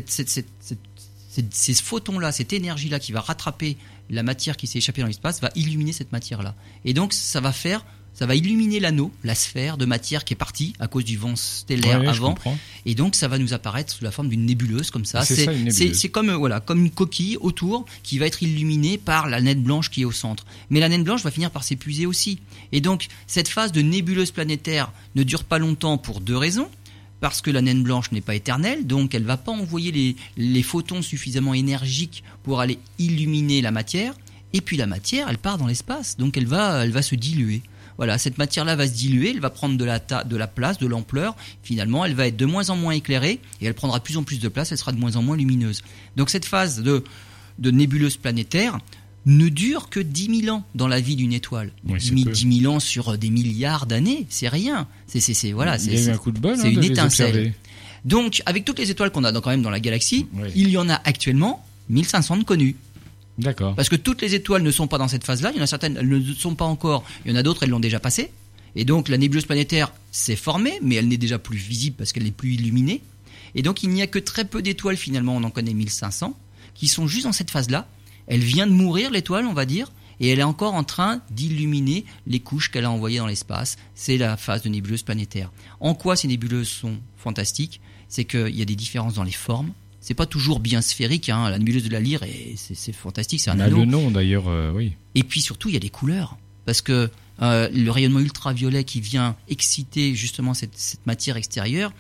Speaker 2: ces photons-là, cette énergie-là qui va rattraper la matière qui s'est échappée dans l'espace va illuminer cette matière-là. Et donc ça va illuminer l'anneau, la sphère de matière qui est partie à cause du vent stellaire avant. Et donc ça va nous apparaître sous la forme d'une nébuleuse comme ça. C'est comme une coquille autour qui va être illuminée par la naine blanche qui est au centre. Mais la naine blanche va finir par s'épuiser aussi. Et donc cette phase de nébuleuse planétaire ne dure pas longtemps pour deux raisons. Parce que la naine blanche n'est pas éternelle, donc elle ne va pas envoyer les photons suffisamment énergiques pour aller illuminer la matière. Et puis la matière, elle part dans l'espace, donc elle va se diluer. Voilà, cette matière-là va se diluer, elle va prendre de la place, de l'ampleur. Finalement, elle va être de moins en moins éclairée et elle prendra de plus en plus de place, elle sera de moins en moins lumineuse. Donc cette phase de nébuleuse planétaire ne dure que 10 000 ans dans la vie d'une étoile.
Speaker 1: Oui,
Speaker 2: 10 000 ans sur des milliards d'années, c'est rien.
Speaker 1: Il y a eu un coup de bol,
Speaker 2: c'est une
Speaker 1: de les
Speaker 2: étincelle.
Speaker 1: observer.
Speaker 2: Donc, avec toutes les étoiles qu'on a quand même dans la galaxie,
Speaker 1: Oui.
Speaker 2: il y en a actuellement 1500 de connues.
Speaker 1: D'accord.
Speaker 2: Parce que toutes les étoiles ne sont pas dans cette phase-là. Il y en a certaines, elles ne sont pas encore. Il y en a d'autres, elles l'ont déjà passé. Et donc, la nébuleuse planétaire s'est formée, mais elle n'est déjà plus visible parce qu'elle n'est plus illuminée. Et donc, il n'y a que très peu d'étoiles, finalement, on en connaît 1500, qui sont juste dans cette phase-là. Elle vient de mourir, l'étoile, on va dire, et elle est encore en train d'illuminer les couches qu'elle a envoyées dans l'espace. C'est la phase de nébuleuse planétaire. En quoi ces nébuleuses sont fantastiques ? C'est qu'il y a des différences dans les formes. C'est pas toujours bien sphérique, La nébuleuse de la Lyre, c'est fantastique, c'est un anneau.
Speaker 1: Le nom, d'ailleurs, oui.
Speaker 2: Et puis surtout, il y a des couleurs. Parce que le rayonnement ultraviolet qui vient exciter justement cette matière extérieure,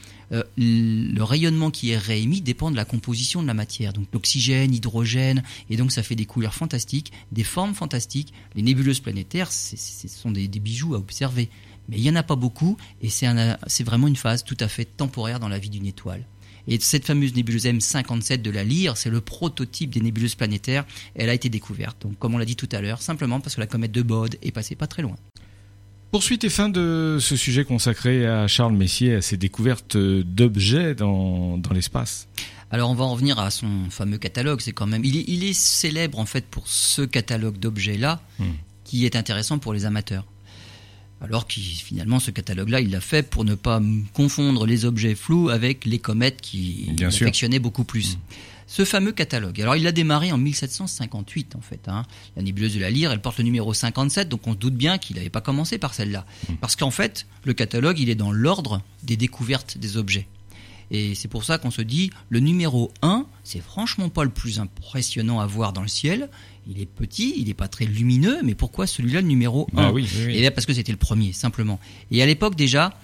Speaker 2: le rayonnement qui est réémis dépend de la composition de la matière. Donc l'oxygène, l'hydrogène, et donc ça fait des couleurs fantastiques, des formes fantastiques. Les nébuleuses planétaires, ce sont des bijoux à observer. Mais il n'y en a pas beaucoup, et c'est vraiment une phase tout à fait temporaire dans la vie d'une étoile. Et cette fameuse nébuleuse M57 de la Lyre, c'est le prototype des nébuleuses planétaires. Elle a été découverte, donc comme on l'a dit tout à l'heure, simplement parce que la comète de Bode est passée pas très loin.
Speaker 1: Poursuite et fin de ce sujet consacré à Charles Messier, à ses découvertes d'objets dans l'espace.
Speaker 2: Alors on va en revenir à son fameux catalogue. C'est quand même, il est célèbre en fait pour ce catalogue d'objets-là, qui est intéressant pour les amateurs. Alors que finalement, ce catalogue-là, il l'a fait pour ne pas confondre les objets flous avec les comètes qui affectionnaient beaucoup plus. Ce fameux catalogue, alors il a démarré en 1758 en fait. La nébuleuse de la Lyre, elle porte le numéro 57, donc on se doute bien qu'il n'avait pas commencé par celle-là. Parce qu'en fait, le catalogue, il est dans l'ordre des découvertes des objets. Et c'est pour ça qu'on se dit, le numéro 1, c'est franchement pas le plus impressionnant à voir dans le ciel. Il est petit, il n'est pas très lumineux, mais pourquoi celui-là, le numéro 1
Speaker 1: oui.
Speaker 2: Et là, parce que c'était le premier, simplement. Et à l'époque, déjà,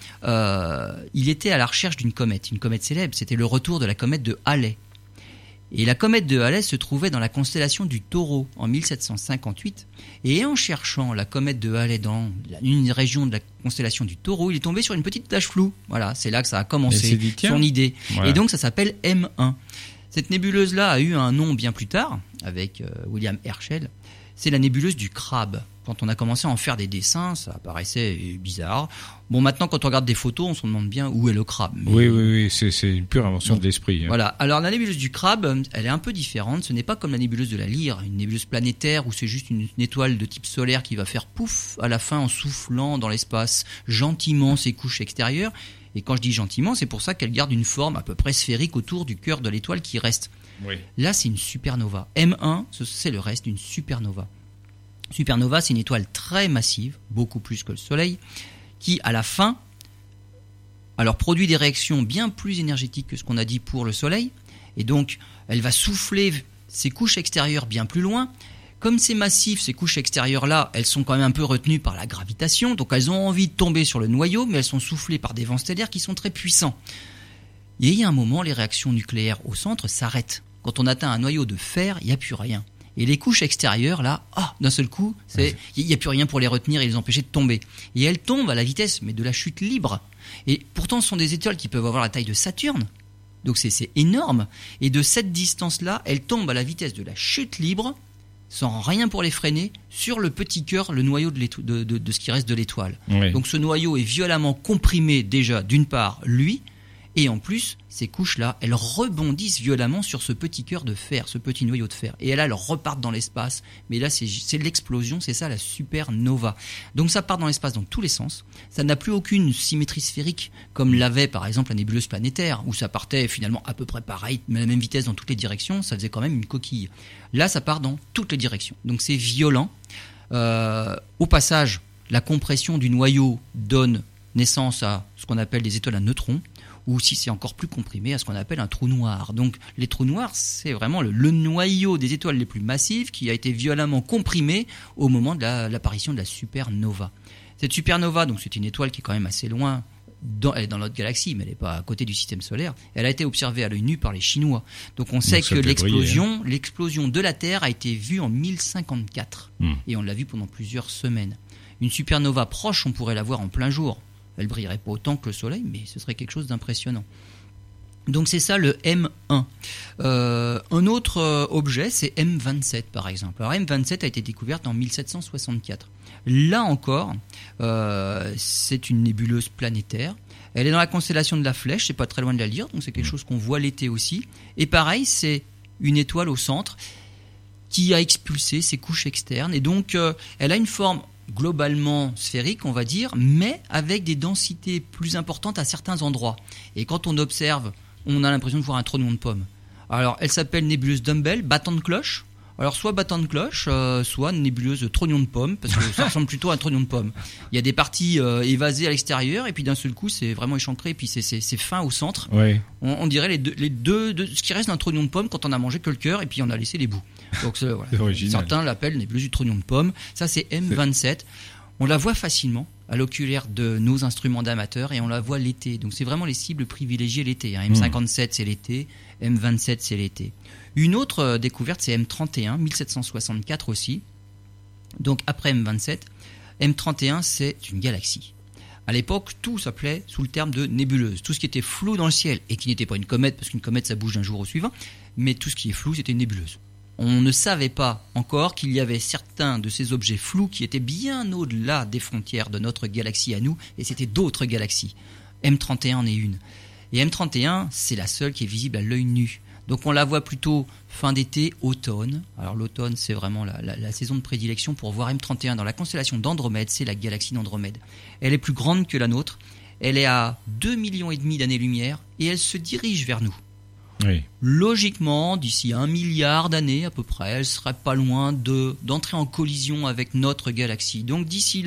Speaker 2: il était à la recherche d'une comète, une comète célèbre. C'était le retour de la comète de Halley. Et la comète de Halley se trouvait dans la constellation du Taureau en 1758. Et en cherchant la comète de Halley dans une région de la constellation du Taureau, il est tombé sur une petite tache floue. Voilà, c'est là que ça a commencé son idée. Voilà. Et donc ça s'appelle M1. Cette nébuleuse-là a eu un nom bien plus tard, avec William Herschel. C'est la nébuleuse du crabe. Quand on a commencé à en faire des dessins, ça paraissait bizarre. Bon, maintenant, quand on regarde des photos, on se demande bien où est le crabe.
Speaker 1: Mais... Oui, c'est une pure invention de l'esprit.
Speaker 2: Voilà. Alors, la nébuleuse du crabe, elle est un peu différente. Ce n'est pas comme la nébuleuse de la Lyre, une nébuleuse planétaire où c'est juste une étoile de type solaire qui va faire pouf à la fin en soufflant dans l'espace gentiment ses couches extérieures. Et quand je dis gentiment, c'est pour ça qu'elle garde une forme à peu près sphérique autour du cœur de l'étoile qui reste.
Speaker 1: Oui.
Speaker 2: Là, c'est une supernova. M1, c'est le reste d'une supernova. Supernova, c'est une étoile très massive, beaucoup plus que le Soleil, qui, à la fin, alors produit des réactions bien plus énergétiques que ce qu'on a dit pour le Soleil, et donc elle va souffler ses couches extérieures bien plus loin. Comme c'est massif, ces couches extérieures-là, elles sont quand même un peu retenues par la gravitation, donc elles ont envie de tomber sur le noyau, mais elles sont soufflées par des vents stellaires qui sont très puissants. Et il y a un moment, les réactions nucléaires au centre s'arrêtent. Quand on atteint un noyau de fer, il n'y a plus rien. Et les couches extérieures, là, d'un seul coup, il n'y a plus rien pour les retenir et les empêcher de tomber. Et elles tombent à la vitesse, mais de la chute libre. Et pourtant, ce sont des étoiles qui peuvent avoir la taille de Saturne. Donc c'est énorme. Et de cette distance-là, elles tombent à la vitesse de la chute libre, sans rien pour les freiner, sur le petit cœur, le noyau de ce qui reste de l'étoile.
Speaker 1: Oui.
Speaker 2: Donc ce noyau est violemment comprimé déjà, d'une part, lui, et en plus, ces couches-là, elles rebondissent violemment sur ce petit cœur de fer, ce petit noyau de fer. Et là, elles repartent dans l'espace. Mais là, c'est l'explosion, c'est ça la supernova. Donc ça part dans l'espace dans tous les sens. Ça n'a plus aucune symétrie sphérique, comme l'avait par exemple la nébuleuse planétaire, où ça partait finalement à peu près pareil, mais à la même vitesse dans toutes les directions. Ça faisait quand même une coquille. Là, ça part dans toutes les directions. Donc c'est violent. Au passage, la compression du noyau donne naissance à ce qu'on appelle des étoiles à neutrons, ou si c'est encore plus comprimé, à ce qu'on appelle un trou noir. Donc les trous noirs, c'est vraiment le noyau des étoiles les plus massives qui a été violemment comprimé au moment de l'apparition de la supernova. Cette supernova, donc c'est une étoile qui est quand même assez loin, elle est dans notre galaxie, mais elle n'est pas à côté du système solaire. Elle a été observée à l'œil nu par les Chinois. Donc on sait que l'explosion de la Terre a été vue en 1054. Et on l'a vue pendant plusieurs semaines. Une supernova proche, on pourrait la voir en plein jour. Elle ne brillerait pas autant que le Soleil, mais ce serait quelque chose d'impressionnant. Donc c'est ça le M1. Un autre objet, c'est M27 par exemple. Alors M27 a été découverte en 1764. Là encore, c'est une nébuleuse planétaire. Elle est dans la constellation de la Flèche, c'est pas très loin de la Lyre, donc c'est quelque chose qu'on voit l'été aussi. Et pareil, c'est une étoile au centre qui a expulsé ses couches externes. Et donc elle a une forme globalement sphérique, on va dire, mais avec des densités plus importantes à certains endroits. Et quand on observe, on a l'impression de voir un trognon de pomme. Alors, elle s'appelle nébuleuse Dumbbell, battant de cloche. Alors, soit battant de cloche, soit nébuleuse trognon de pomme, parce que ça ressemble plutôt à un trognon de pomme. Il y a des parties évasées à l'extérieur, et puis d'un seul coup, c'est vraiment échancré, et puis c'est fin au centre.
Speaker 1: Oui.
Speaker 2: On dirait les deux, ce qui reste d'un trognon de pomme quand on a mangé que le cœur, et puis on a laissé les bouts. Donc, voilà. Certains l'appellent nébuleuse du trognon de pomme. Ça, c'est M27. On la voit facilement à l'oculaire de nos instruments d'amateurs et on la voit l'été. Donc c'est vraiment les cibles privilégiées l'été. M57 c'est l'été, M27 c'est l'été. Une autre découverte c'est M31, 1764 aussi. Donc après M27, M31 c'est une galaxie. À l'époque, tout s'appelait sous le terme de nébuleuse. Tout ce qui était flou dans le ciel et qui n'était pas une comète, parce qu'une comète ça bouge d'un jour au suivant, mais tout ce qui est flou c'était une nébuleuse. On ne savait pas encore qu'il y avait certains de ces objets flous qui étaient bien au-delà des frontières de notre galaxie à nous, et c'était d'autres galaxies. M31 en est une. Et M31, c'est la seule qui est visible à l'œil nu. Donc on la voit plutôt fin d'été, automne. Alors l'automne, c'est vraiment la saison de prédilection pour voir M31 dans la constellation d'Andromède, c'est la galaxie d'Andromède. Elle est plus grande que la nôtre, elle est à 2,5 millions d'années-lumière, et elle se dirige vers nous. Oui. Logiquement, d'ici 1 milliard d'années à peu près, elle serait pas loin d'entrer en collision avec notre galaxie. Donc d'ici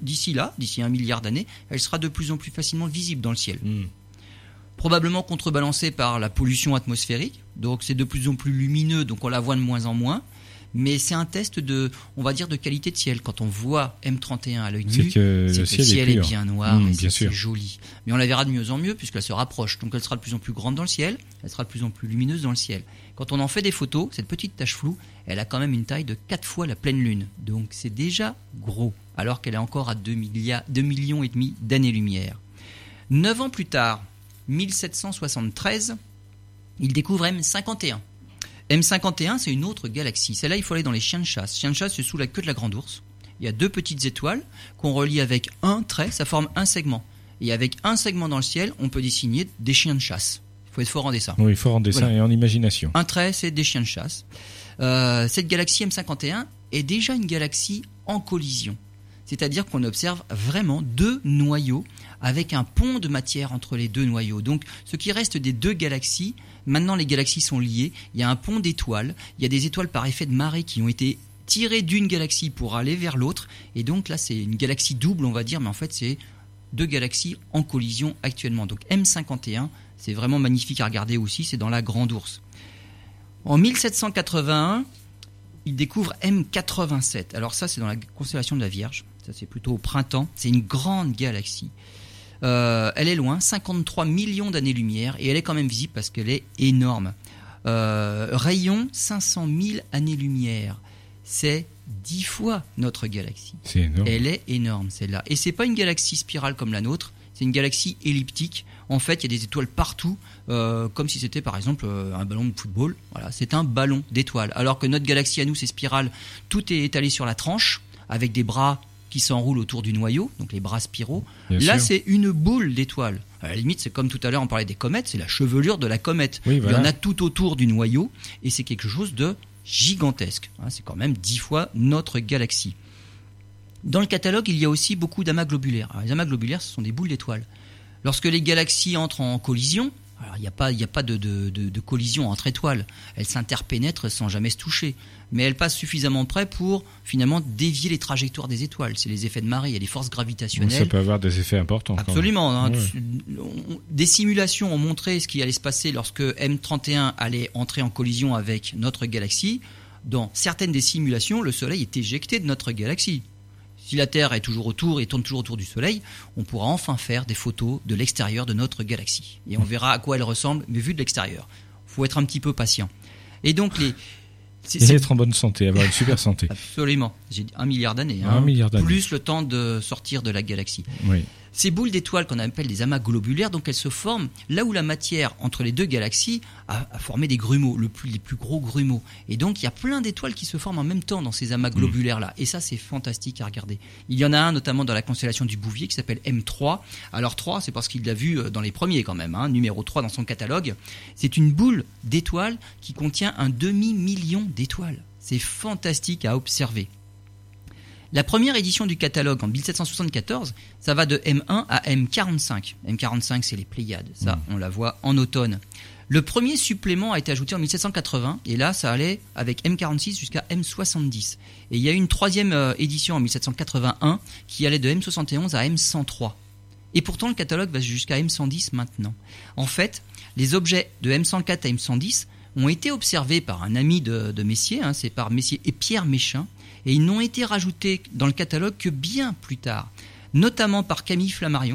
Speaker 2: 1 milliard d'années, elle sera de plus en plus facilement visible dans le ciel. Probablement contrebalancée par la pollution atmosphérique, donc c'est de plus en plus lumineux, donc on la voit de moins en moins. Mais c'est un test de qualité de ciel. Quand on voit M31 à l'œil nu, c'est que le ciel est bien noir, et c'est joli. Mais on la verra de mieux en mieux puisqu'elle se rapproche. Donc elle sera de plus en plus grande dans le ciel, elle sera de plus en plus lumineuse dans le ciel. Quand on en fait des photos, cette petite tache floue, elle a quand même une taille de 4 fois la pleine lune. Donc c'est déjà gros, alors qu'elle est encore à 2,5 millions d'années-lumière. 9 ans plus tard, 1773, il découvre M51. M51, c'est une autre galaxie. Celle-là, il faut aller dans les chiens de chasse. Chiens de chasse, c'est sous la queue de la grande ours. Il y a deux petites étoiles qu'on relie avec un trait, ça forme un segment. Et avec un segment dans le ciel, on peut dessiner des chiens de chasse. Il faut être fort en dessin.
Speaker 1: Oui, fort en dessin et en imagination.
Speaker 2: Un trait, c'est des chiens de chasse. Cette galaxie M51 est déjà une galaxie en collision. C'est-à-dire qu'on observe vraiment deux noyaux avec un pont de matière entre les deux noyaux. Donc, ce qui reste des deux galaxies, maintenant les galaxies sont liées, il y a un pont d'étoiles, il y a des étoiles par effet de marée qui ont été tirées d'une galaxie pour aller vers l'autre. Et donc là, c'est une galaxie double, on va dire, mais en fait, c'est deux galaxies en collision actuellement. Donc M51, c'est vraiment magnifique à regarder aussi, c'est dans la Grande Ourse. En 1781, il découvre M87. Alors ça, c'est dans la constellation de la Vierge. Ça, c'est plutôt au printemps. C'est une grande galaxie. Elle est loin, 53 millions d'années-lumière, et elle est quand même visible parce qu'elle est énorme. Rayon, 500 000 années-lumière. C'est 10 fois notre galaxie.
Speaker 1: C'est énorme.
Speaker 2: Elle est énorme, celle-là. Et c'est pas une galaxie spirale comme la nôtre, c'est une galaxie elliptique. En fait, il y a des étoiles partout, comme si c'était par exemple un ballon de football. Voilà, c'est un ballon d'étoiles. Alors que notre galaxie à nous, c'est spirale. Tout est étalé sur la tranche, avec des bras qui s'enroulent autour du noyau, donc les bras spiraux.
Speaker 1: Bien
Speaker 2: Là,
Speaker 1: sûr.
Speaker 2: c'est une boule d'étoiles. À la limite, c'est comme tout à l'heure, on parlait des comètes, c'est la chevelure de la comète.
Speaker 1: Oui, voilà.
Speaker 2: Il y en a tout autour du noyau, et c'est quelque chose de gigantesque. C'est quand même 10 fois notre galaxie. Dans le catalogue, il y a aussi beaucoup d'amas globulaires. Alors, les amas globulaires, ce sont des boules d'étoiles. Lorsque les galaxies entrent en collision, alors il n'y a pas de collision entre étoiles. Elles s'interpénètrent sans jamais se toucher. Mais elles passent suffisamment près pour finalement dévier les trajectoires des étoiles. C'est les effets de marée, il y a des forces gravitationnelles.
Speaker 1: Ça peut avoir des effets importants.
Speaker 2: Absolument. Hein.
Speaker 1: Ouais.
Speaker 2: Des simulations ont montré ce qui allait se passer lorsque M31 allait entrer en collision avec notre galaxie. Dans certaines des simulations, le Soleil est éjecté de notre galaxie. Si la Terre est toujours autour et tourne toujours autour du Soleil, on pourra enfin faire des photos de l'extérieur de notre galaxie. Et on verra à quoi elle ressemble, mais vue de l'extérieur. Il faut être un petit peu patient. Et donc,
Speaker 1: être en bonne santé, avoir une super santé.
Speaker 2: Absolument. J'ai 1 milliard d'années.
Speaker 1: 1 milliard d'années.
Speaker 2: Plus le temps de sortir de la galaxie.
Speaker 1: Oui.
Speaker 2: Ces boules d'étoiles qu'on appelle des amas globulaires, donc elles se forment là où la matière entre les deux galaxies a formé des grumeaux, les plus gros grumeaux. Et donc il y a plein d'étoiles qui se forment en même temps dans ces amas globulaires-là. Et ça, c'est fantastique à regarder. Il y en a un notamment dans la constellation du Bouvier qui s'appelle M3. Alors 3, c'est parce qu'il l'a vu dans les premiers quand même, numéro 3 dans son catalogue. C'est une boule d'étoiles qui contient un demi-million d'étoiles. C'est fantastique à observer. La première édition du catalogue en 1774, ça va de M1 à M45. M45, c'est les Pléiades. Ça, on la voit en automne. Le premier supplément a été ajouté en 1780, et là, ça allait avec M46 jusqu'à M70. Et il y a eu une troisième édition en 1781 qui allait de M71 à M103. Et pourtant, le catalogue va jusqu'à M110 maintenant. En fait, les objets de M104 à M110 ont été observés par un ami de Messier, c'est par Messier et Pierre Méchain, et ils n'ont été rajoutés dans le catalogue que bien plus tard, notamment par Camille Flammarion.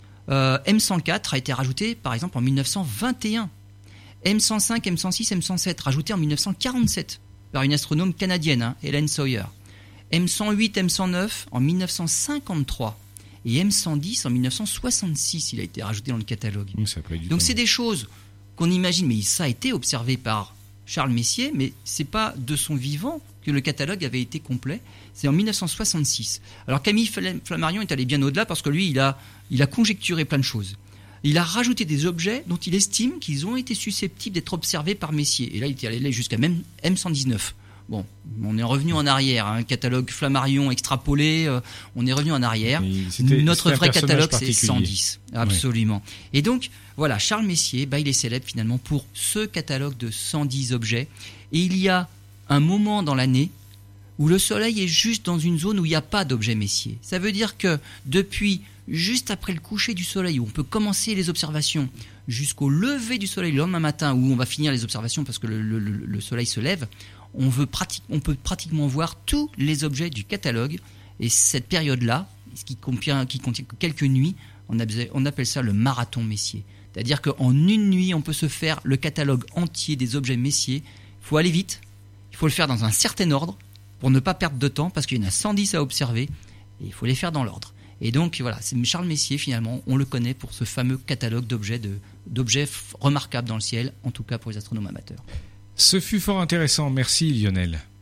Speaker 2: M104 a été rajouté par exemple en 1921, M105, M106, M107 rajouté en 1947 par une astronome canadienne, Helen Sawyer, M108, M109 en 1953 et M110 en 1966, il a été rajouté dans le catalogue. Donc c'est des choses qu'on imagine, mais ça a été observé par Charles Messier, mais c'est pas de son vivant que le catalogue avait été complet, c'est en 1966. Alors Camille Flammarion est allé bien au-delà parce que lui, il a conjecturé plein de choses. Il a rajouté des objets dont il estime qu'ils ont été susceptibles d'être observés par Messier. Et là, il est allé jusqu'à même M119. Bon, on est revenu en arrière, catalogue Flammarion extrapolé, on est revenu en arrière. Notre vrai catalogue, c'est 110. Absolument. Oui. Et donc, voilà, Charles Messier, il est célèbre finalement pour ce catalogue de 110 objets. Et il y a un moment dans l'année où le Soleil est juste dans une zone où il n'y a pas d'objet Messier. Ça veut dire que depuis juste après le coucher du Soleil, où on peut commencer les observations, jusqu'au lever du Soleil le lendemain matin, où on va finir les observations parce que le Soleil se lève, on peut pratiquement voir tous les objets du catalogue. Et cette période-là, qui contient quelques nuits, on appelle ça le marathon Messier. C'est-à-dire qu'en une nuit, on peut se faire le catalogue entier des objets Messier. Il faut aller vite, il faut le faire dans un certain ordre pour ne pas perdre de temps, parce qu'il y en a 110 à observer, et il faut les faire dans l'ordre. Et donc voilà, c'est Charles Messier finalement, on le connaît pour ce fameux catalogue d'objets remarquables dans le ciel, en tout cas pour les astronomes amateurs.
Speaker 1: Ce fut fort intéressant, merci Lionel.